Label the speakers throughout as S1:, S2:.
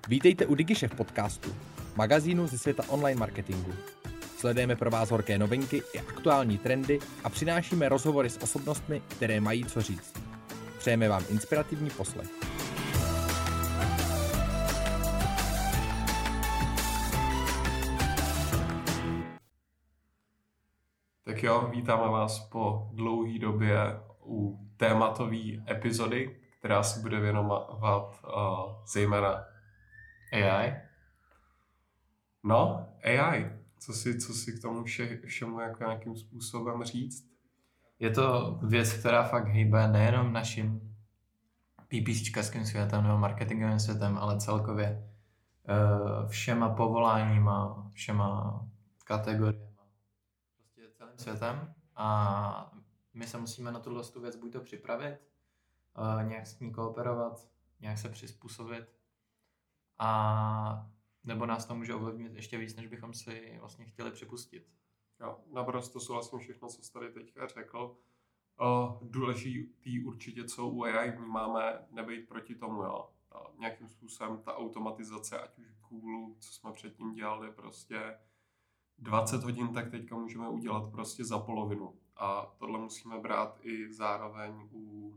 S1: Vítejte u DigiShef podcastu, magazínu ze světa online marketingu. Sledujeme pro vás horké novinky i aktuální trendy a přinášíme rozhovory s osobnostmi, které mají co říct. Přejeme vám inspirativní poslech.
S2: Tak jo, vítáme vás po dlouhé době u tématové epizody, která se bude věnovat zejména AI. No, AI. Co si k tomu všemu jako nějakým způsobem říct?
S3: Je to věc, která fakt hýbe nejenom naším PPCčkařským světem nebo marketingovým světem, ale celkově všema povoláníma, všema kategoriemi, prostě celým světem. A my se musíme na tuhle věc buď to připravit, nějak s ní kooperovat, nějak se přizpůsobit, a nebo nás to může ovlivnit ještě víc, než bychom si vlastně chtěli připustit.
S2: Jo, naprosto souhlasím všechno, co jsi tady teďka řekl. Důležitý určitě, co u AI vnímáme, nebejt proti tomu, jo. Nějakým způsobem ta automatizace, ať už Google, co jsme předtím dělali, prostě 20 hodin, tak teďka můžeme udělat prostě za polovinu. A tohle musíme brát i zároveň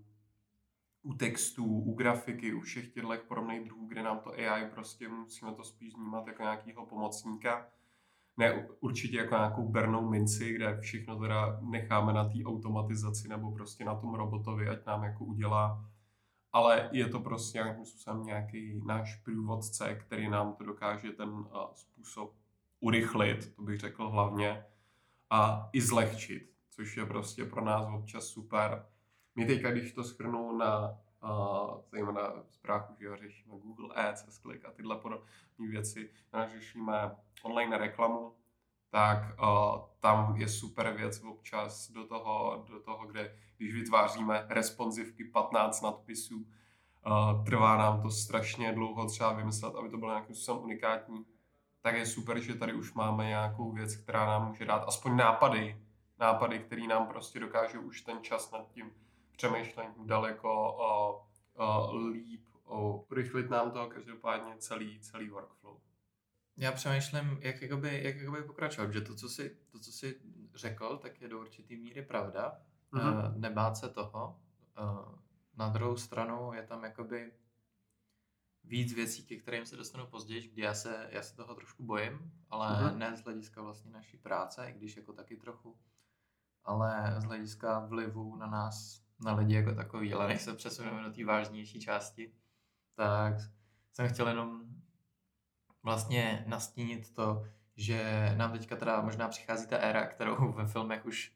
S2: u textů, u grafiky, u všech těchto podobných druhů, kde nám to AI prostě musíme to spíš vnímat jako nějakého pomocníka. Ne určitě jako nějakou bernou minci, kde všechno teda necháme na té automatizaci nebo prostě na tom robotovi, ať nám jako udělá. Ale je to prostě nějakým způsobem nějaký náš průvodce, který nám to dokáže ten způsob urychlit, to bych řekl hlavně, a i zlehčit, což je prostě pro nás občas super. My teďka, když to shrnu na zejména zprávu, že řešíme Google Ads, S-Click a tyhle podobné věci, řešíme online reklamu, tak tam je super věc občas do toho, kde když vytváříme responsivky 15 nadpisů, trvá nám to strašně dlouho třeba vymyslet, aby to bylo nějakým způsobem unikátní, tak je super, že tady už máme nějakou věc, která nám může dát aspoň nápady, které nám prostě dokážou už ten čas nad tím přemýšlením daleko líp, urychlit nám to každopádně celý workflow.
S3: Já přemýšlím, jak pokračovat, že to, co jsi řekl, tak je do určitý míry pravda. Nebát se toho. Na druhou stranu je tam jakoby víc věcí, ke kterým se dostanu později, kdy já se toho trošku bojím, ale ne z hlediska vlastně naší práce, i když jako taky trochu, ale z hlediska vlivu na nás, na lidi jako takový. Ale než se přesuneme do té vážnější části, tak jsem chtěl jenom vlastně nastínit to, že nám teďka teda možná přichází ta éra, kterou ve filmech už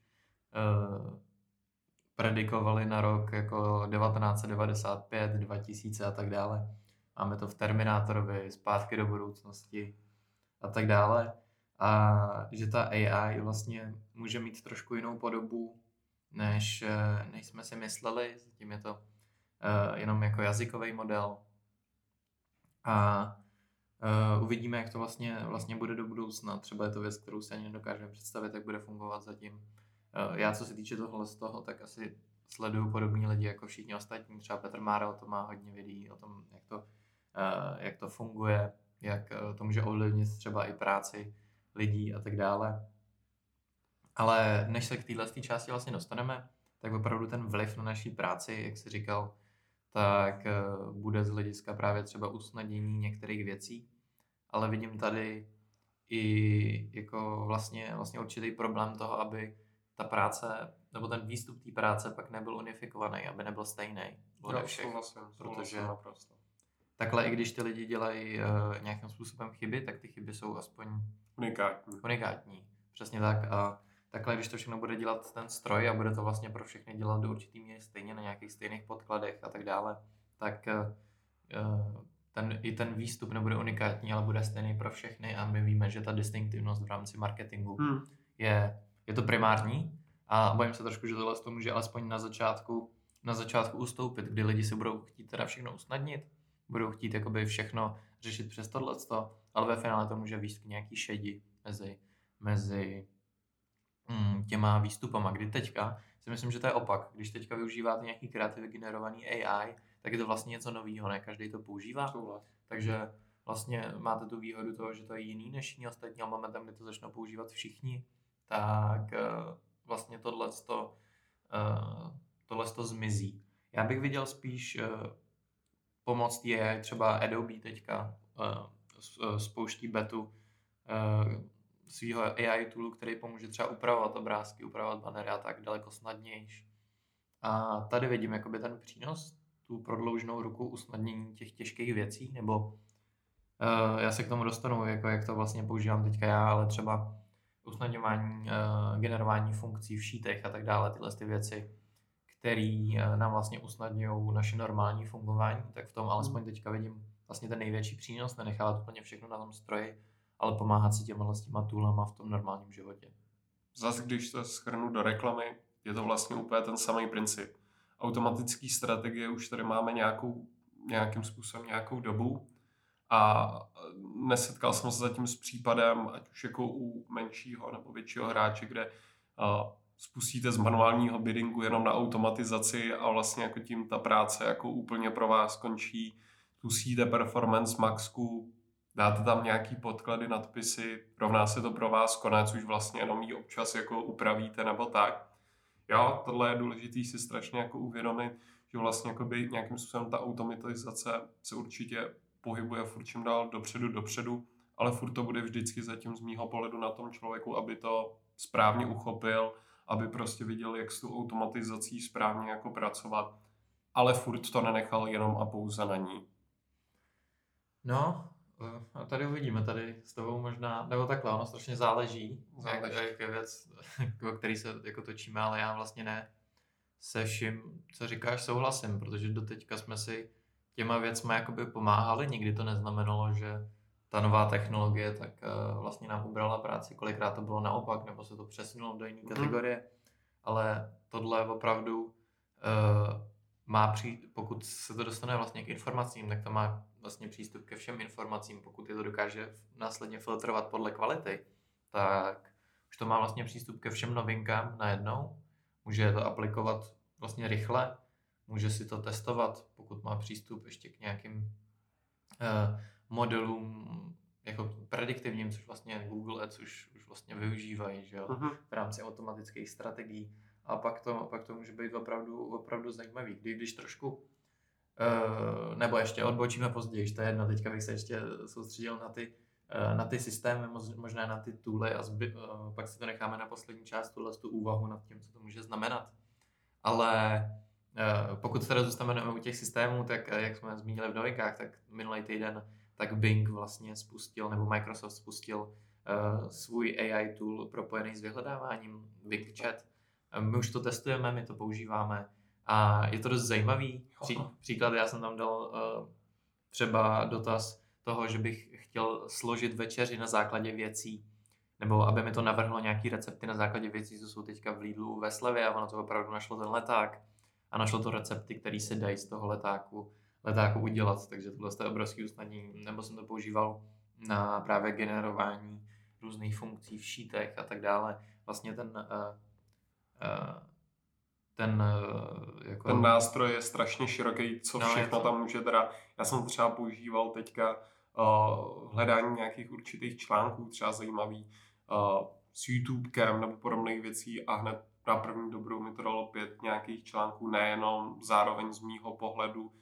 S3: predikovali na rok jako 1995, 2000 a tak dále. Máme to v Terminátorovi, Zpátky do budoucnosti a tak dále. A že ta AI vlastně může mít trošku jinou podobu, než jsme si mysleli. Zatím je to jenom jako jazykový model. A uvidíme, jak to vlastně bude do budoucna. Třeba je to věc, kterou si ani nedokážeme představit, jak bude fungovat zatím. Já, co se týče tohle z toho, tak asi sleduju podobní lidi jako všichni ostatní. Třeba Petr Mára o tom má hodně videí, o tom, jak to funguje, jak to může ovlivnit třeba i práci lidí a tak dále. Ale než se k téhle části vlastně dostaneme, tak opravdu ten vliv na naší práci, jak jsi říkal, tak bude z hlediska právě třeba usnadnění některých věcí, ale vidím tady i jako vlastně určitý problém toho, aby ta práce nebo ten výstup té práce pak nebyl unifikovaný, aby nebyl stejný ode všech. Protože naprosto. Takhle i když ty lidi dělají nějakým způsobem chyby, tak ty chyby jsou aspoň unikátní. Přesně tak. A takhle, když to všechno bude dělat ten stroj a bude to vlastně pro všechny dělat do určitý míry stejně na nějakých stejných podkladech a tak dále, tak ten výstup nebude unikátní, ale bude stejný pro všechny a my víme, že ta distinktivnost v rámci marketingu je to primární a bojím se trošku, že tohle to může alespoň na začátku ustoupit, kdy lidi si budou chtít teda všechno usnadnit, budou chtít jakoby všechno řešit přes tohleto, ale ve finále to může vést k nějaký šedi mezi těma výstupama, kdy teďka si myslím, že to je opak. Když teďka využíváte nějaký kreativně generovaný AI, tak je to vlastně něco novýho, ne každý to používá. Takže vlastně máte tu výhodu toho, že to je jiný než jiný ostatní, ale momentem, kdy to začnou používat všichni, tak vlastně tohleto zmizí. Já bych viděl spíš pomoc AI, třeba Adobe teďka spouští betu svýho AI toolu, který pomůže třeba upravovat obrázky, upravovat bannery a tak daleko snadnější. A tady vidím jakoby ten přínos, tu prodlouženou ruku usnadnění těch těžkých věcí, nebo já se k tomu dostanu, jako jak to vlastně používám teďka já, ale třeba usnadňování, generování funkcí v šítech a tak dále, tyhle ty věci, které nám vlastně usnadňují naše normální fungování, tak v tom alespoň teďka vidím vlastně ten největší přínos, nenechávat úplně všechno na tom stroji, ale pomáhat si těma toolama v tom normálním životě.
S2: Zas, když to shrnu do reklamy, je to vlastně úplně ten samý princip. Automatické strategie už tady máme nějakým způsobem nějakou dobu a nesetkal jsem se zatím s případem, ať už jako u menšího nebo většího hráče, kde spustíte z manuálního biddingu jenom na automatizaci a vlastně jako tím ta práce jako úplně pro vás končí. Spustíte performance maxku, dáte tam nějaký podklady, nadpisy, rovná se to pro vás konec, už vlastně jenom ji občas jako upravíte nebo tak. Jo, tohle je důležitý si strašně jako uvědomit, že vlastně jakoby nějakým způsobem ta automatizace se určitě pohybuje furt čím dál dopředu, ale furt to bude vždycky zatím z mýho pohledu na tom člověku, aby to správně uchopil, aby prostě viděl, jak s tou automatizací správně jako pracovat, ale furt to nenechal jenom a pouze na ní.
S3: No, a tady uvidíme, tady s tebou možná, nebo takhle, ono strašně záleží. Jak je věc, o který se jako točíme, ale já vlastně ne se vším, co říkáš, souhlasím, protože doteďka jsme si těma věcma jakoby pomáhali, nikdy to neznamenalo, že ta nová technologie tak vlastně nám ubrala práci, kolikrát to bylo naopak, nebo se to přesunulo do jiné kategorie, ale tohle opravdu pokud se to dostane vlastně k informacím, tak to má vlastně přístup ke všem informacím, pokud je to dokáže následně filtrovat podle kvality, tak už to má vlastně přístup ke všem novinkám najednou, může to aplikovat vlastně rychle, může si to testovat, pokud má přístup ještě k nějakým modelům jako prediktivním, což vlastně Google Ads už vlastně využívají, že jo, v rámci automatických strategií. A pak to může být opravdu zajímavý. Když trošku, nebo ještě odbočíme později, to je jedno, teďka bych se ještě soustředil na ty systémy, možná na ty tooly a pak si to necháme na poslední část, tu úvahu nad tím, co to může znamenat. Ale pokud teda zůstaneme u těch systémů, tak jak jsme zmínili v novinkách, tak minulý týden tak Bing vlastně spustil, nebo Microsoft spustil svůj AI tool propojený s vyhledáváním Bing Chat. My už to testujeme, my to používáme a je to dost zajímavý. Příklad, já jsem tam dal třeba dotaz toho, že bych chtěl složit večeři na základě věcí, nebo aby mi to navrhlo nějaký recepty na základě věcí, co jsou teďka v Lidlu ve slevě a ono to opravdu našlo ten leták a našlo to recepty, které se dají z toho letáku udělat, takže tohle je obrovský usnadnění, nebo jsem to používal na právě generování různých funkcí v šítech a tak dále. Vlastně ten
S2: nástroj je strašně široký, co všechno tam může teda. Já jsem třeba používal teďka hledání nějakých určitých článků, třeba zajímavý s YouTubekem nebo podobných věcí a hned na první dobrou mi to dalo 5 nějakých článků, nejenom zároveň z mýho pohledu,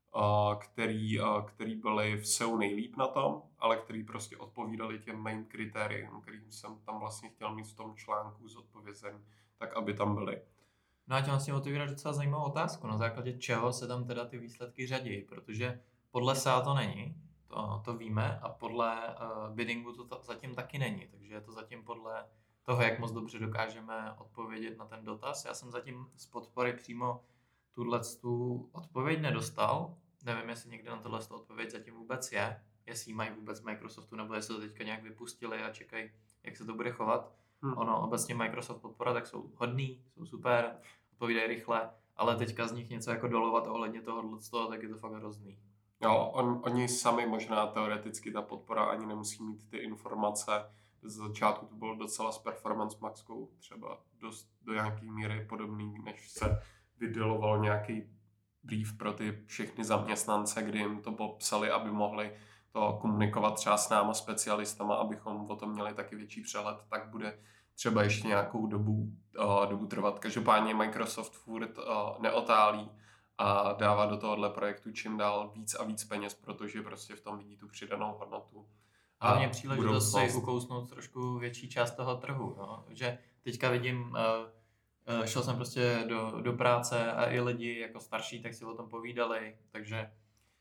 S2: který byly v SEO nejlíp na tom, ale který prostě odpovídali těm main kritériím, kterým jsem tam vlastně chtěl mít v tom článku zodpovězený, tak aby tam byly.
S3: No a tím vlastně otevírá docela zajímavou otázku, na základě čeho se tam teda ty výsledky řadí, protože podle SEA to není, to víme, a podle biddingu to zatím taky není, takže je to zatím podle toho, jak moc dobře dokážeme odpovědět na ten dotaz. Já jsem zatím z podpory přímo tu odpověď nedostal, nevím, jestli někde na tohle odpověď zatím vůbec je, jestli ji mají vůbec Microsoftu, nebo jestli to teďka nějak vypustili a čekají, jak se to bude chovat. Ono, obecně Microsoft podpora, tak jsou hodný, jsou super, odpovídají rychle, ale teďka z nich něco jako dolovat ohledně toho, tak je to fakt hrozný.
S2: Jo, oni sami možná teoreticky ta podpora ani nemusí mít ty informace. Z začátku to bylo docela s Performance Maxkou třeba dost do nějaký míry podobný, než se vyděloval nějaký brief pro ty všechny zaměstnance, kdy jim to popsali, aby mohli to komunikovat třeba s náma specialistama, abychom o tom měli taky větší přehled, tak bude třeba ještě nějakou dobu trvat. Každopádně Microsoft furt neotálí a dává do tohohle projektu čím dál víc a víc peněz, protože prostě v tom vidí tu přidanou hodnotu.
S3: A hlavně příležitost si ukousnout trošku větší část toho trhu. No? Že teďka vidím, šel jsem prostě do práce a i lidi jako starší, tak si o tom povídali, takže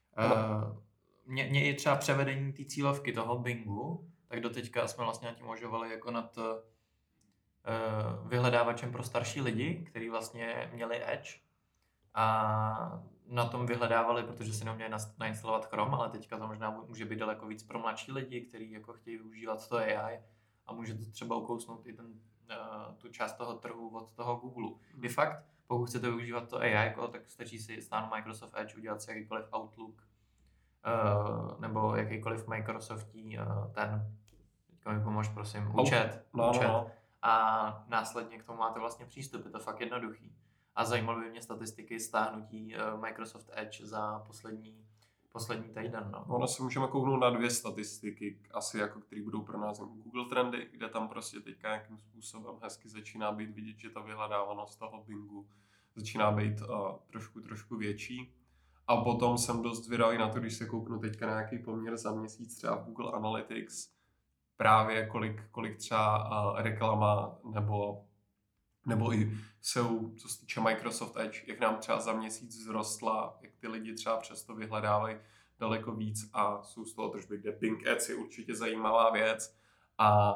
S3: mě i třeba převedení té cílovky toho Bingu, tak doteďka jsme vlastně na tím uvažovali jako nad vyhledávačem pro starší lidi, kteří vlastně měli Edge a na tom vyhledávali, protože si neuměli nainstalovat Chrome, ale teďka to možná může být daleko víc pro mladší lidi, kteří jako chtějí využívat to AI a může to třeba ukousnout i tu část toho trhu od toho Google. De fakt, pokud chcete využívat to AI, tak stačí si stáhnout Microsoft Edge, udělat si jakýkoliv Outlook nebo jakýkoliv Microsoftí teďka mi pomož, prosím, účet. A následně k tomu máte vlastně přístup, je to fakt jednoduchý. A zajímaly by mě statistiky stáhnutí Microsoft Edge za poslední týden. No.
S2: Ono si můžeme kouknout na 2 statistiky, asi jako které budou pro nás Google trendy, kde tam prostě teďka nějakým způsobem hezky začíná být vidět, že ta vyhledávanost toho Bingu začíná být trošku větší. A potom jsem dost zvědavý na to, když se kouknu teďka na nějaký poměr za měsíc třeba v Google Analytics, právě kolik třeba reklama nebo i jsou, co se týče Microsoft Edge, jak nám třeba za měsíc vzrostla, jak ty lidi třeba přesto vyhledávají daleko víc a jsou z toho tržby, kde Bing Ads je určitě zajímavá věc a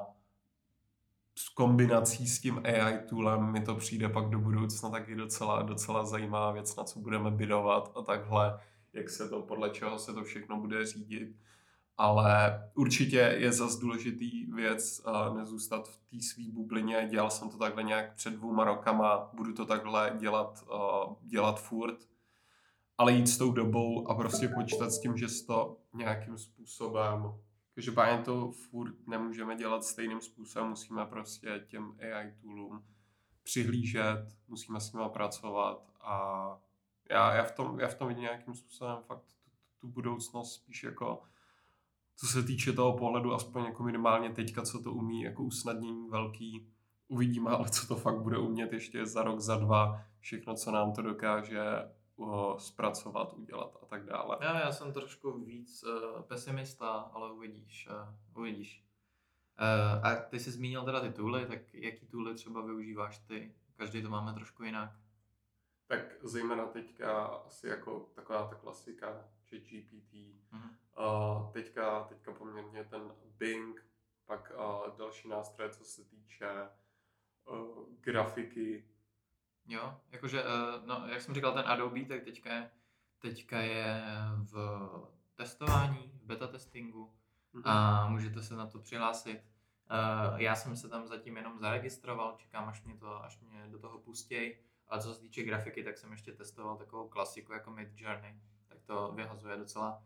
S2: s kombinací s tím AI toolem mi to přijde pak do budoucna taky docela zajímavá věc, na co budeme bidovat a takhle, jak se to, podle čeho se to všechno bude řídit. Ale určitě je zas důležitý věc nezůstat v té svý bublině. Dělal jsem to takhle nějak před 2 rokama, budu to takhle dělat furt, ale jít s tou dobou a prostě počítat s tím, že to nějakým způsobem, každopádně to furt nemůžeme dělat stejným způsobem, musíme prostě těm AI toolům přihlížet, musíme s nimi pracovat a já v tom vidím nějakým způsobem fakt tu budoucnost spíš jako co se týče toho pohledu, aspoň jako minimálně teďka, co to umí, jako usnadnění velký, uvidíme, ale co to fakt bude umět ještě za rok, za 2, všechno, co nám to dokáže zpracovat, udělat a tak dále.
S3: Já jsem trošku víc pesimista, ale uvidíš. A ty jsi zmínil teda ty tooly, tak jaký tooly třeba využíváš ty? Každý to máme trošku jinak.
S2: Tak zejména teďka asi jako taková ta klasika ChatGPT, teďka poměrně ten Bing, pak další nástroje, co se týče grafiky.
S3: Jo, jakože, jak jsem říkal, ten Adobe, tak teďka je v testování, v beta testingu a můžete se na to přihlásit. Já jsem se tam zatím jenom zaregistroval, čekám, až mě do toho pustěj. A co se týče grafiky, tak jsem ještě testoval takovou klasiku jako Midjourney, tak to vyhazuje docela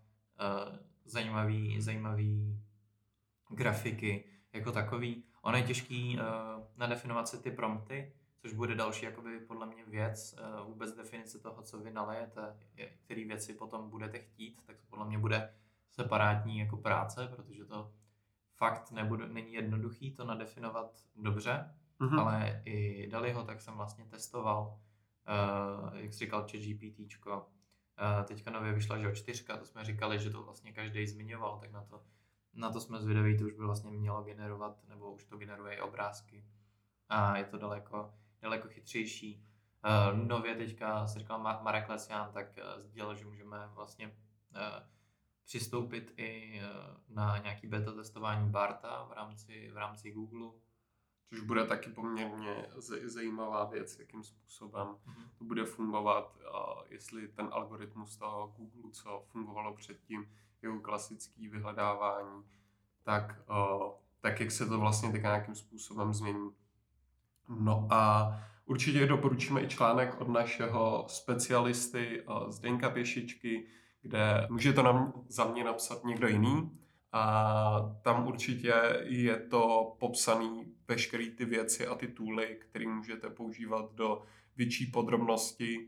S3: zajímavý grafiky jako takový. Ono je těžký nadefinovat si ty prompty, což bude další jakoby podle mě věc, vůbec definice toho, co vy nalejete, který věci potom budete chtít, tak to podle mě bude separátní jako práce, protože to fakt není jednoduchý to nadefinovat dobře. Ale i Daliho tak jsem vlastně testoval, jak jsi říkal, ChatGPTčko. Teďka nově vyšla, že 4, to jsme říkali, že to vlastně každý zmiňoval, tak na to jsme zvědaví, to už by vlastně mělo generovat, nebo už to generuje i obrázky. A je to daleko chytřejší. Nově teďka se říkal Marek Lesián, tak sdělil, že můžeme vlastně přistoupit i na nějaký beta testování Barta v rámci Google.
S2: Což bude taky poměrně zajímavá věc, jakým způsobem to bude fungovat, jestli ten algoritmus toho Google, co fungovalo předtím, jeho klasický vyhledávání, tak jak se to vlastně teďka nějakým způsobem změní. No a určitě doporučíme i článek od našeho specialisty Zdeňka Pěšičky, kde může to za mě napsat někdo jiný, a tam určitě je to popsané veškeré ty věci a ty tooly, které můžete používat do větší podrobnosti.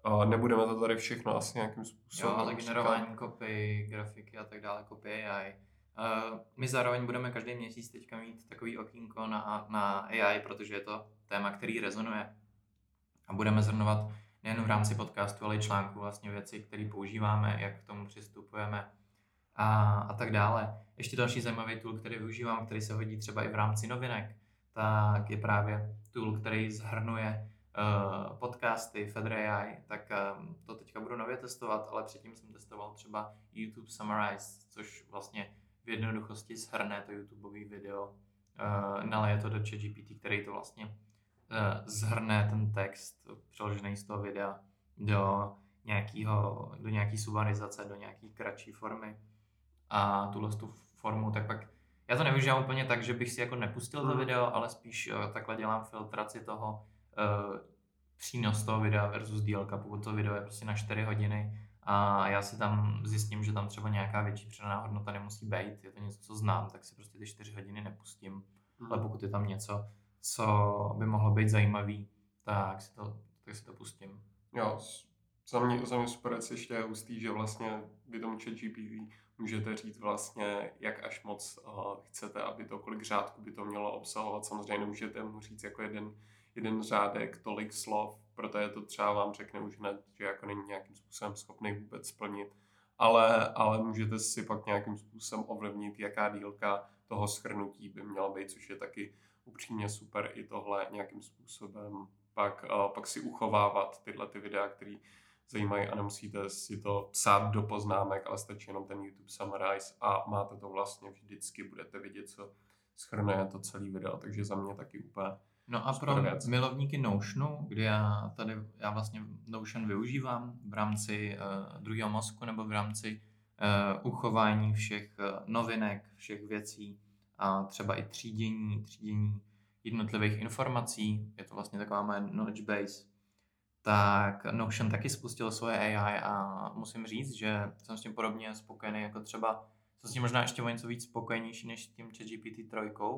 S2: Nebudeme to tady všechno asi nějakým způsobem.
S3: Jo, ale generování copy, grafiky a tak dále, copy AI. My zároveň budeme každý měsíc teďka mít takový okýnko na AI, protože je to téma, který rezonuje. A budeme zhrnovat nejen v rámci podcastu, ale i článků vlastně věci, které používáme, jak k tomu přistupujeme a tak dále. Ještě další zajímavý tool, který využívám, který se hodí třeba i v rámci novinek, tak je právě tool, který zhrnuje podcasty Fedr AI, tak to teďka budu nově testovat, ale předtím jsem testoval třeba YouTube Summarize, což vlastně v jednoduchosti shrne to YouTubeové video, naleje to do ChatGPT, který to vlastně zhrne ten text přeložený z toho videa do nějaký sumarizace, do nějaký kratší formy a tu formu, tak pak já to nevyužívám úplně tak, že bych si jako nepustil to video, ale spíš takhle dělám filtraci toho přínos toho videa versus dílka, pokud to video je prostě na 4 hodiny a já si tam zjistím, že tam třeba nějaká větší přidaná hodnota nemusí být, je to něco, co znám, tak si prostě ty 4 hodiny nepustím, ale pokud je tam něco, co by mohlo být zajímavý, tak si to pustím.
S2: Jo, za mě super ještě je hustý, že vlastně vy tomu ChatGPT můžete říct vlastně, jak až moc chcete, aby to, kolik řádků by to mělo obsahovat. Samozřejmě nemůžete mu říct jako jeden řádek, tolik slov, protože to třeba vám řekne už hned, že jako není nějakým způsobem schopný vůbec splnit. Ale můžete si pak nějakým způsobem ovlivnit, jaká dílka toho shrnutí by měla být, což je taky upřímně super i tohle nějakým způsobem pak si uchovávat tyhle ty videa, které zajímají a nemusíte si to psát do poznámek, ale stačí jenom ten YouTube Summarize a máte to vlastně vždycky, budete vidět, co shrnuje to celé video, takže za mě taky úplně.
S3: No a pro milovníky Notionu, kde já vlastně Notion využívám v rámci druhého mozku nebo v rámci uchování všech novinek, všech věcí a třeba i třídění jednotlivých informací, je to vlastně taková moje knowledge base, tak Notion taky spustil svoje AI a musím říct, že jsem s tím podobně spokojený, jako třeba jsem s tím možná ještě o něco víc spokojenější než s tím ChatGPT 3,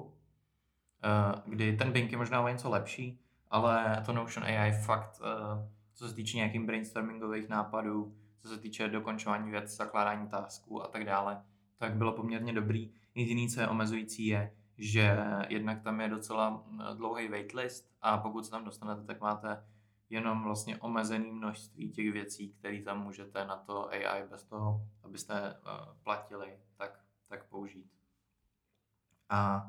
S3: kdy ten Bing je možná o něco lepší, ale to Notion AI fakt, co se týče nějakým brainstormingových nápadů, co se týče dokončování věc, zakládání tasků a tak dále, tak bylo poměrně dobrý. Jediný, co je omezující, je, že jednak tam je docela dlouhý waitlist a pokud se tam dostanete, tak máte jenom vlastně omezené množství těch věcí, které tam můžete na to AI bez toho, abyste platili, tak použít. A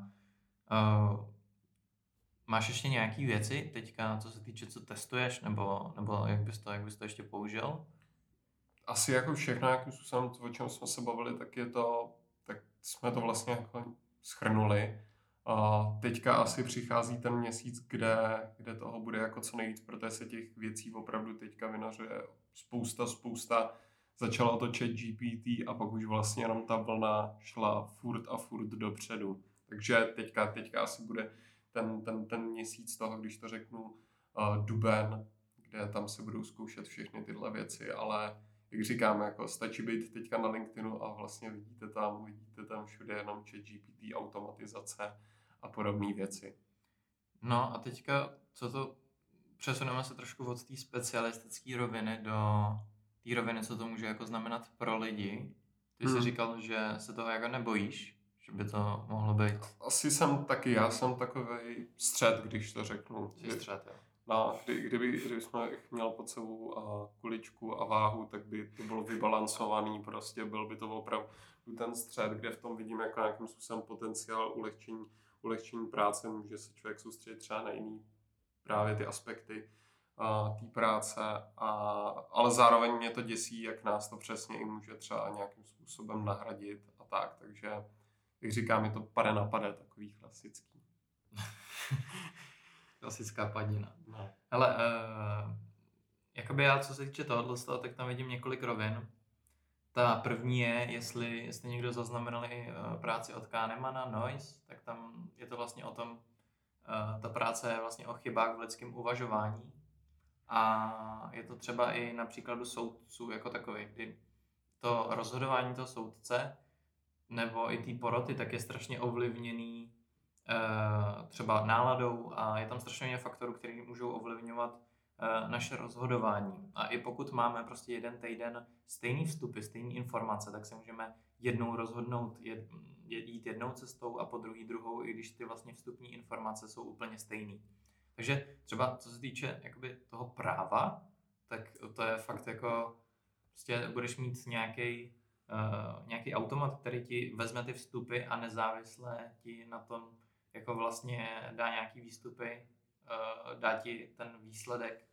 S3: máš ještě nějaké věci teďka, co se týče, co testuješ, nebo jak bys to ještě použil?
S2: Asi jako všechno, jakým způsobem, o čem jsme se bavili, tak jsme to vlastně jako shrnuli. A teďka asi přichází ten měsíc, kde toho bude jako co nejvíc, protože se těch věcí opravdu teďka vynořuje spousta. Začalo to ChatGPT a pak už vlastně jenom ta vlna šla furt dopředu. Takže teďka asi bude ten měsíc toho, když to řeknu, duben, kde tam se budou zkoušet všechny tyhle věci, ale jak říkám, jako stačí být teďka na LinkedInu a vlastně vidíte tam všude jenom ChatGPT, automatizace a podobné věci.
S3: No a teďka, přesuneme se trošku od té specialistické roviny do té roviny, co to může jako znamenat pro lidi. Ty jsi říkal, že se toho jako nebojíš, že by to mohlo být.
S2: Asi já jsem takovej střed, když to řeknu.
S3: Jsi střed, jo.
S2: No, kdyby jsme měl pod sebou kuličku a váhu, tak by to bylo vybalancovaný, prostě byl by to opravdu ten střed, kde v tom vidím jako nějakým způsobem potenciál ulehčení práce, může se člověk soustředit třeba na jiný právě ty aspekty té práce, ale zároveň mě to děsí, jak nás to přesně i může třeba nějakým způsobem nahradit a tak, takže jak říkám, je to pade na pade, takový klasický.
S3: Klasická padina.
S2: No.
S3: Hele, jakoby já, co se týče tohohle, tak tam vidím několik rovin. Ta první je, jestli někdo zaznamenali práci od Kahnemana Noise, tak tam je to vlastně o tom, ta práce je vlastně o chybách v lidském uvažování. A je to třeba i na příkladu soudců jako takový, kdy to rozhodování toho soudce nebo i té poroty tak je strašně ovlivněný třeba náladou a je tam strašně hodně faktorů, které můžou ovlivňovat naše rozhodování. A i pokud máme prostě jeden týden stejný vstupy, stejné informace, tak se můžeme jednou rozhodnout jít jednou cestou a po druhou, i když ty vlastně vstupní informace jsou úplně stejný. Takže třeba co se týče jakoby toho práva, tak to je fakt jako prostě budeš mít nějaký automat, který ti vezme ty vstupy a nezávisle ti na tom jako vlastně dá nějaký výstupy, dá ti ten výsledek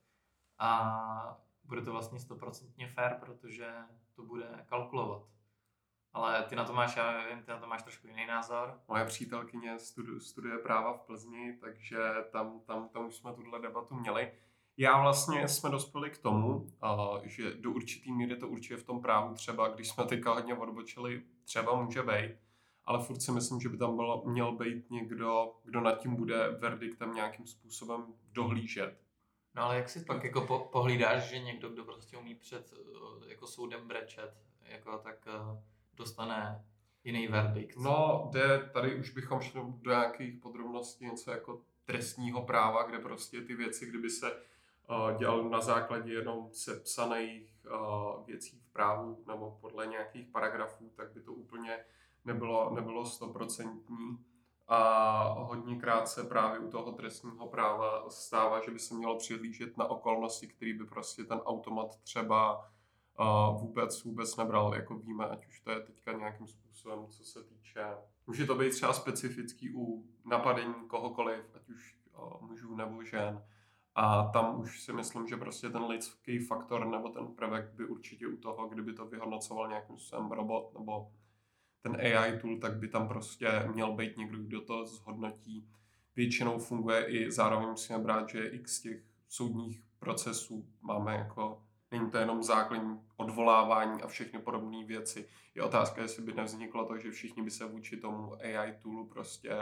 S3: a bude to vlastně 100% fair, protože to bude kalkulovat. Ale ty na to máš, já vím, ty na to máš trošku jiný názor.
S2: Moje přítelkyně studuje práva v Plzni, takže tam už jsme tuhle debatu měli. Já vlastně jsme dospěli k tomu, že do určitý míry to určitě v tom právu třeba, když jsme teďka hodně odbočili, třeba může být, ale furt si myslím, že by tam měl být někdo, kdo nad tím bude verdiktem nějakým způsobem dohlížet.
S3: No ale jak si pak jako pohlídáš, že někdo, kdo prostě umí před jako soudem brečet, jako tak dostane jiný verdikt?
S2: No, tady už bychom šli do nějakých podrobností, něco jako trestního práva, kde prostě ty věci, kdyby se dělal na základě jenom sepsaných věcí v právu nebo podle nějakých paragrafů, tak by to úplně nebylo 100%. A hodněkrát se právě u toho trestního práva stává, že by se mělo přihlížet na okolnosti, které by prostě ten automat třeba vůbec nebral, jako víme, ať už to je teďka nějakým způsobem, co se týče. Může to být třeba specifický u napadení kohokoliv, ať už mužů nebo žen. A tam už si myslím, že prostě ten lidský faktor nebo ten prvek by určitě u toho, kdyby to vyhodnocoval nějakým způsobem robot nebo ten AI tool, tak by tam prostě měl být někdo, kdo to zhodnotí. Většinou funguje i zároveň musíme brát, že x těch soudních procesů máme jako, není to jenom základní odvolávání a všechny podobné věci. Je otázka, jestli by nevzniklo to, že všichni by se vůči tomu AI toolu prostě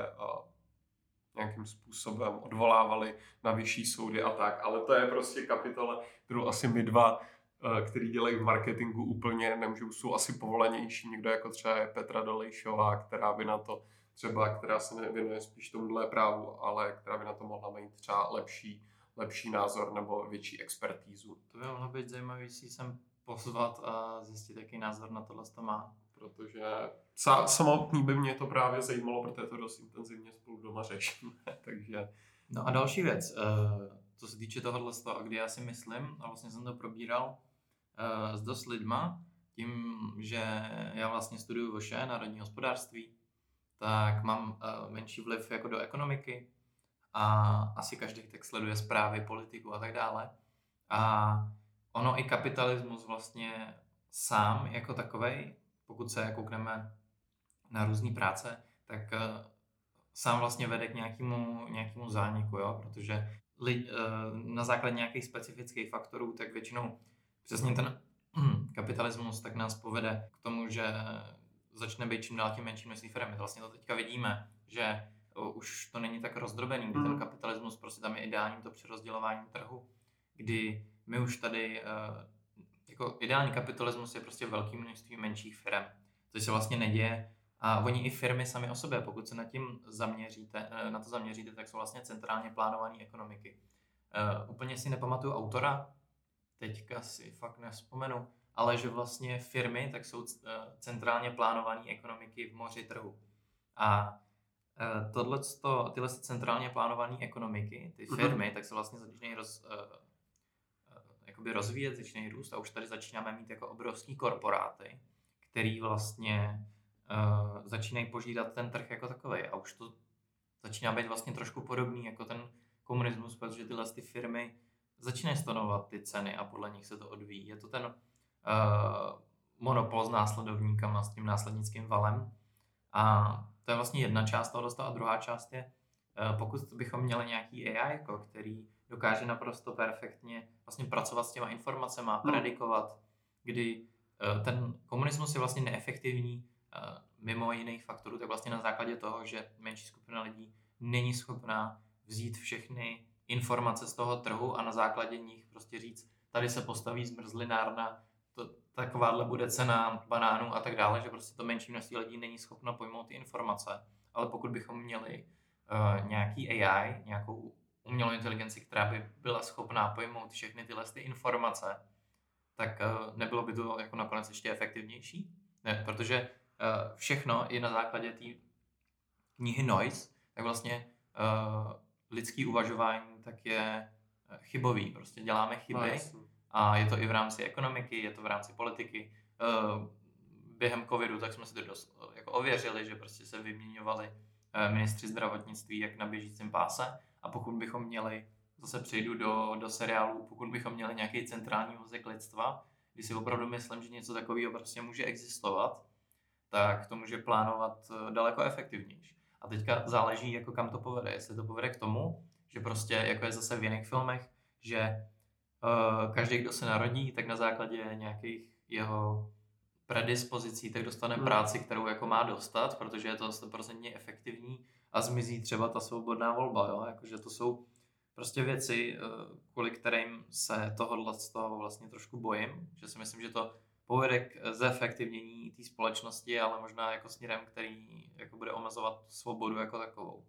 S2: nějakým způsobem odvolávali na vyšší soudy a tak. Ale to je prostě kapitola, kterou asi my dva, který dělají v marketingu úplně nemůžou, jsou asi povolanější. Někdo jako třeba je Petra Dolejšová, která by na to třeba, která se nevěnuje spíš tomuhle právu, ale která by na to mohla mít třeba lepší názor nebo větší expertízu.
S3: To by mohlo být zajímavý si sem pozvat a zjistit, jaký názor na tohle to má.
S2: Protože samotný by mě to právě zajímalo, protože to dost intenzivně spolu doma řešíme. Takže...
S3: No a další věc, co se týče tohohle z toho, kdy já si myslím, a vlastně jsem to probíral s dost lidma, tím, že já vlastně studuju VŠE, národní hospodářství, tak mám menší vliv jako do ekonomiky a asi každý tak sleduje zprávy, politiku a tak dále. A ono i kapitalismus vlastně sám jako takovej, pokud se koukneme na různé práce, tak sám vlastně vede k nějakému zániku, jo? Protože na základě nějakých specifických faktorů, tak většinou přesně ten kapitalismus tak nás povede k tomu, že začne být čím dál tím menší množství firmy. Vlastně to teďka vidíme, že už to není tak rozdrobený, kdy ten kapitalismus, prostě tam je ideální to přerozdělování trhu, kdy my už tady, jako ideální kapitalismus je prostě velký množství menších firm, což se vlastně neděje. A oni i firmy sami o sobě, pokud se na to zaměříte, tak jsou vlastně centrálně plánované ekonomiky. Úplně si nepamatuju autora, teďka si fakt nevzpomenu, ale že vlastně firmy tak jsou centrálně plánované ekonomiky v moři trhu. A tyhle centrálně plánované ekonomiky, ty firmy, tak se vlastně začínají rozvíjet, začínají růst a už tady začínáme mít jako obrovský korporáty, který vlastně začínají požírat ten trh jako takovej a už to začíná být vlastně trošku podobný jako ten komunismus, protože tyhle ty firmy začínají stanovat ty ceny a podle nich se to odvíjí. Je to ten monopol s následovníkama, s tím následnickým valem a to je vlastně jedna část toho a druhá část je, pokud bychom měli nějaký AI, jako, který dokáže naprosto perfektně vlastně pracovat s těma informacemi, predikovat, kdy ten komunismus je vlastně neefektivní mimo jiných faktorů, tak vlastně na základě toho, že menší skupina lidí není schopná vzít všechny informace z toho trhu a na základě nich prostě říct, tady se postaví zmrzlinárna, takováhle bude cena banánů a tak dále, že prostě to menší množství lidí není schopno pojmout ty informace. Ale pokud bychom měli nějaký AI, nějakou umělou inteligenci, která by byla schopná pojmout všechny tyhle ty informace, tak nebylo by to jako nakonec ještě efektivnější? Ne, protože všechno je na základě té knihy Noise, tak vlastně lidský uvažování tak je chybový. Prostě děláme chyby a je to i v rámci ekonomiky, je to v rámci politiky. Během covidu tak jsme si to dost jako ověřili, že prostě se vyměňovali ministři zdravotnictví jak na běžícím páse a pokud bychom měli, zase přejdu do seriálu, pokud bychom měli nějaký centrální mozek lidstva, když si opravdu myslím, že něco takového prostě může existovat, tak to může plánovat daleko efektivnější. A teďka záleží, jako kam to povede. Jestli to povede k tomu, že prostě, jako je zase v jiných filmech, že každý, kdo se narodí, tak na základě nějakých jeho predispozicí, tak dostane práci, kterou jako má dostat, protože je to 100% efektivní a zmizí třeba ta svobodná volba, jo? Jakože to jsou prostě věci, kvůli kterým se tohohle z toho vlastně trošku bojím, že si myslím, že to povede k zefektivnění té společnosti, ale možná jako směrem, který jako bude omezovat svobodu jako takovou.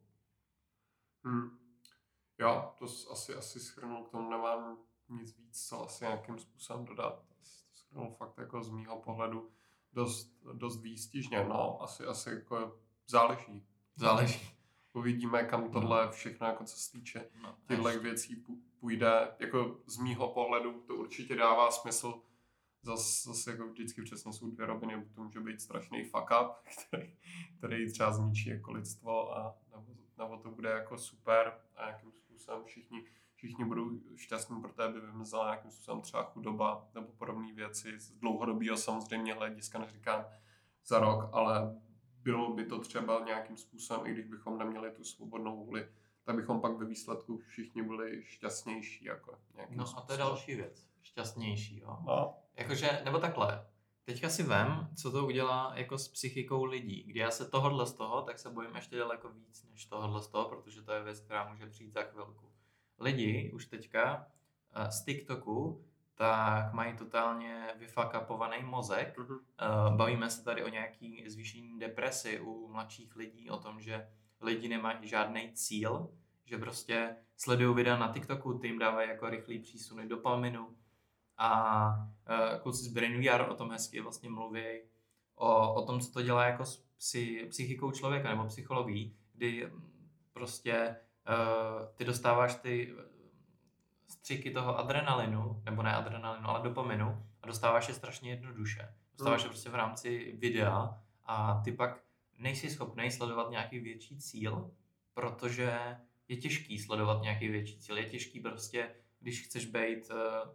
S2: Jo, to asi shrnul, k tomu nemám nic víc, co asi nějakým způsobem dodat. To shrnul fakt jako z mýho pohledu dost výstižně, no, asi jako záleží. Uvidíme, kam tohle všechno, jako co se týče těchto věcí půjde. Jako z mýho pohledu to určitě dává smysl. Zase jako vždycky přesně jsou dvě roviny, to může být strašný fuck up, který třeba zničí jako lidstvo nebo to bude jako super a nějakým způsobem všichni budou šťastní, protože by vymizela nějakým způsobem třeba chudoba nebo podobné věci z dlouhodobého samozřejmě hlediska, neříkám za rok, ale bylo by to třeba nějakým způsobem, i když bychom neměli tu svobodnou vůli, tak bychom pak ve výsledku všichni byli šťastnější. Jako
S3: no a to je další věc, šťastnější, jo.
S2: No.
S3: Jakože, nebo takhle, teďka si vem, co to udělá jako s psychikou lidí. Kdy já se tohodle z toho, tak se bojím ještě daleko víc než tohodle z toho, protože to je věc, která může přijít za chvilku. Lidi už teďka z TikToku tak mají totálně vyfakapovaný mozek. Bavíme se tady o nějaký zvýšení depresi u mladších lidí, o tom, že lidi nemají žádný cíl, že prostě sledují videa na TikToku, ty jim dávají jako rychlý přísuny dopaminu a kluci z BrainVR o tom hezky vlastně mluví, o tom, co to dělá jako s psychikou člověka nebo psychologií, kdy prostě ty dostáváš ty střiky toho adrenalinu, nebo ne adrenalinu, ale dopaminu a dostáváš je strašně jednoduše. Dostáváš je prostě v rámci videa a ty pak nejsi schopný sledovat nějaký větší cíl, protože je těžký sledovat nějaký větší cíl. Je těžký prostě, když chceš být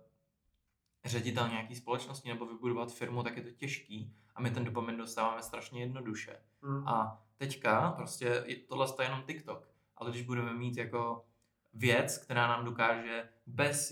S3: ředitel nějaký společnosti nebo vybudovat firmu, tak je to těžký a my ten dopamin dostáváme strašně jednoduše. A teďka prostě tohle je jenom TikTok, ale když budeme mít jako věc, která nám dokáže bez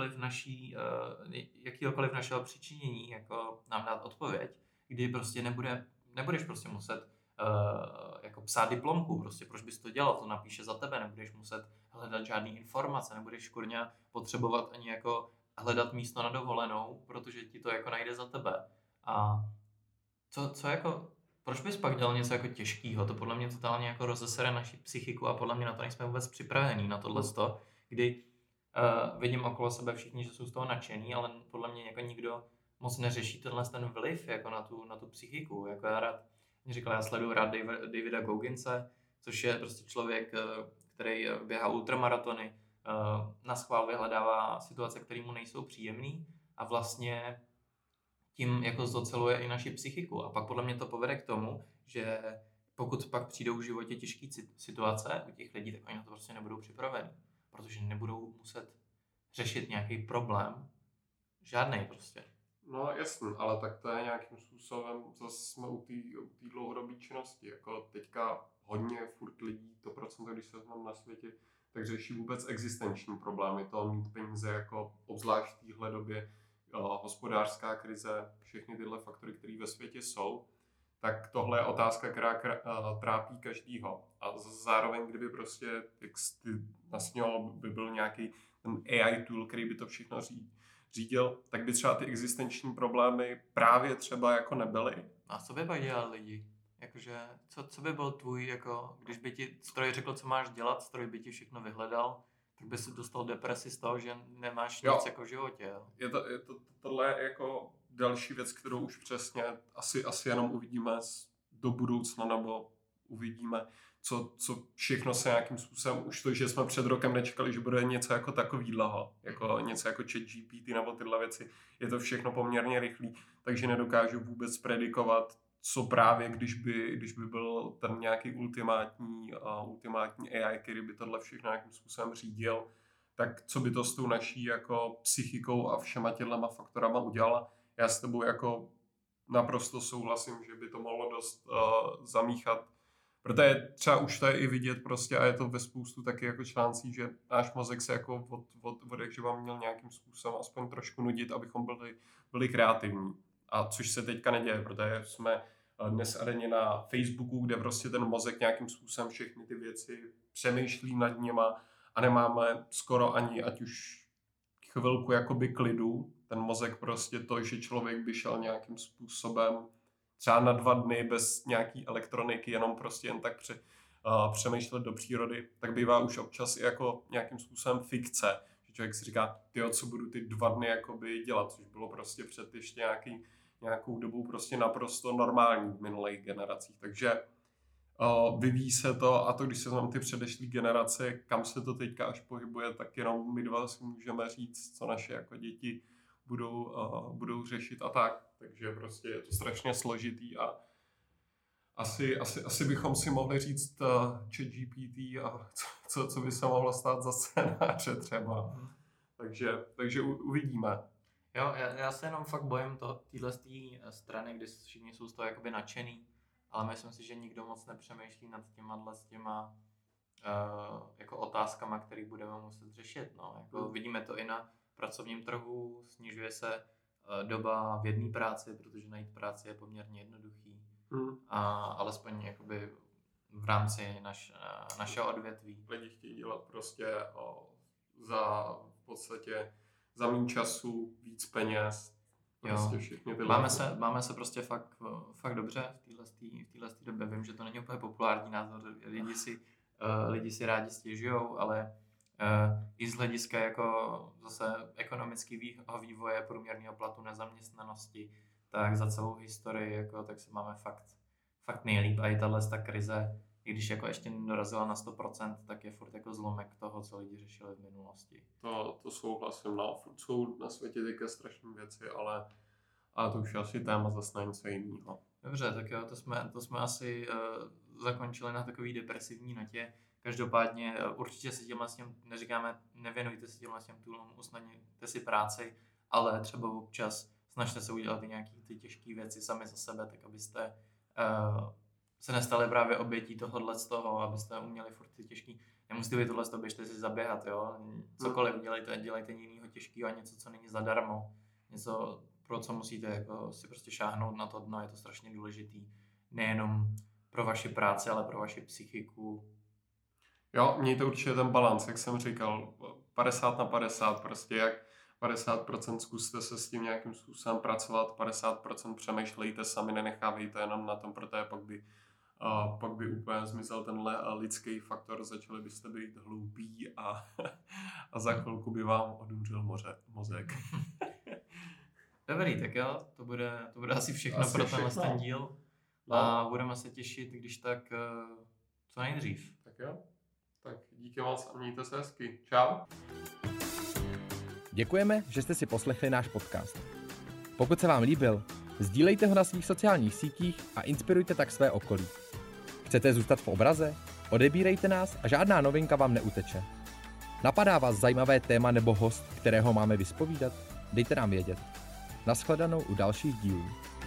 S3: jakýkoliv našeho přičinění jako nám dát odpověď, kdy prostě nebudeš prostě muset jako psát diplomku, prostě proč bys to dělal, to napíše za tebe, nebudeš muset hledat žádný informace, nebudeš kurňa potřebovat ani jako hledat místo na dovolenou, protože ti to jako najde za tebe. A co jako, proč bys pak dělal něco jako těžkýho? To podle mě totálně jako rozesere naši psychiku a podle mě na to nejsme vůbec připravení, na tohleto, kdy vidím okolo sebe všichni, že jsou z toho nadšení, ale podle mě jako nikdo moc neřeší ten vliv jako na tu psychiku. Jako já sleduju rád Davida Gogginse, což je prostě člověk, který běhá ultramaratony, na schvál vyhledává situace, které mu nejsou příjemné a vlastně tím jako zoceluje i naši psychiku. A pak podle mě to povede k tomu, že pokud pak přijdou v životě těžké situace u těch lidí, tak oni na to prostě nebudou připraveni, protože nebudou muset řešit nějaký problém. Žádnej prostě.
S2: No jasně, ale tak to je nějakým způsobem, zase jsme u té dlouhodobé činnosti. Jako teďka hodně furt lidí, to procento, když se vezmeme na světě, tak řeší vůbec existenční problémy. To mít peníze jako obzvlášť v téhle době, hospodářská krize, všechny tyhle faktory, které ve světě jsou, tak tohle je otázka, která trápí každýho. A zároveň, kdyby prostě, jak ty nasněl, by byl nějaký ten AI tool, který by to všechno řídil, tak by třeba ty existenční problémy právě třeba jako nebyly.
S3: A co by pak dělali lidi? Jakože, co by byl tvůj, jako, když by ti stroj řekl, co máš dělat, stroj by ti všechno vyhledal, Tak by si dostal depresi z toho, že nemáš nic jako v životě. Jo?
S2: Tohle je jako další věc, kterou už přesně asi jenom uvidíme do budoucna, nebo uvidíme, co všechno se nějakým způsobem, už to, že jsme před rokem nečekali, že bude něco jako takovýhleho, jako něco jako ChatGPT nebo tyhle věci, je to všechno poměrně rychlý, takže nedokážu vůbec predikovat, co právě, když by byl ten nějaký ultimátní AI, který by tohle všechno nějakým způsobem řídil, tak co by to s tou naší jako psychikou a všema těhlema faktorama udělala. Já s tebou jako naprosto souhlasím, že by to mohlo dost zamíchat, protože třeba už to je i vidět prostě a je to ve spoustu taky jako článcích, že náš mozek se jako od jak vám měl nějakým způsobem aspoň trošku nudit, abychom byli kreativní. A což se teďka neděje, protože jsme dnes a denně na Facebooku, kde prostě ten mozek nějakým způsobem všechny ty věci přemýšlí nad něma a nemáme skoro ani, ať už chvilku jakoby klidu. Ten mozek prostě to, že člověk by šel nějakým způsobem třeba na 2 dny bez nějaký elektroniky, jenom prostě jen tak přemýšlet do přírody, tak bývá už občas i jako nějakým způsobem fikce. Že člověk si říká, tyjo, co budu ty 2 dny jakoby dělat, což bylo prostě před ještě nějakou dobou prostě naprosto normální v minulých generacích. Takže vyvíjí se to a to, když se znám ty předešlé generace, kam se to teďka až pohybuje, tak jenom my dva si můžeme říct, co naše jako děti budou řešit a tak. Takže prostě je to strašně složitý a asi bychom si mohli říct ChatGPT a co by se mohlo stát za scénáře třeba. Takže uvidíme.
S3: Jo, já se jenom fakt bojím téhle strany, kdy všichni jsou z toho jakoby nadšený, ale myslím si, že nikdo moc nepřemýšlí nad těma jako otázkama, které budeme muset řešit. No. Jako vidíme to i na pracovním trhu, snižuje se doba v jedné práci, protože najít práci je poměrně jednoduchý. A alespoň jakoby v rámci našeho odvětví.
S2: Lidi chtějí dělat prostě v podstatě za méně času, víc peněz. Prostě všechny
S3: máme se prostě fakt dobře v téhle době. Vím, že to není úplně populární názor, lidi si rádi stěžujou, ale i z hlediska jako zase ekonomického vývoje, průměrného platu, nezaměstnanosti, tak za celou historii jako, tak se máme fakt nejlíp. A i tato krize, i když jako ještě nedorazila na 100%, tak je furt jako zlomek toho, co lidi řešili v minulosti.
S2: To souhlasím, no, furt jsou na světě teďka strašné věci, ale to už je asi téma zase na něco jiného.
S3: Dobře, tak jo, to jsme asi zakončili na takový depresivní notě. Každopádně určitě si těmhle s tím neříkáme, nevěnujte si těmhle s tím toolům, usnadněte si práci, ale třeba občas snažte se udělat i nějaký ty těžké věci sami za sebe, tak abyste se nestali právě obětí tohohle z toho, abyste uměli furt ty těžký. Nemusíte být tohle, běžte si zaběhat, jo. Cokoliv dělejte jinýho těžkého a něco, co není zadarmo. Něco, pro co musíte jako si prostě šáhnout na to dno, je to strašně důležitý. Nejenom pro vaši práci, ale pro vaši psychiku.
S2: Jo, mějte určitě ten balans, jak jsem říkal, 50/50, prostě jak 50% zkuste se s tím nějakým způsobem pracovat, 50% přemýšlejte sami, nenechávejte jenom na tom, protože pak by úplně zmizel tenhle lidský faktor, začali byste být hloupí a za chvilku by vám odumřel mozek.
S3: Dobrý, tak jo, to bude asi všechno pro ten díl a budeme se těšit, když tak co nejdřív.
S2: Tak jo, tak díky moc a mějte se hezky. Čau.
S1: Děkujeme, že jste si poslechli náš podcast. Pokud se vám líbil, sdílejte ho na svých sociálních sítích a inspirujte tak své okolí. Chcete zůstat v obraze? Odebírejte nás a žádná novinka vám neuteče. Napadá vás zajímavé téma nebo host, kterého máme vyspovídat? Dejte nám vědět. Nashledanou u dalších dílů.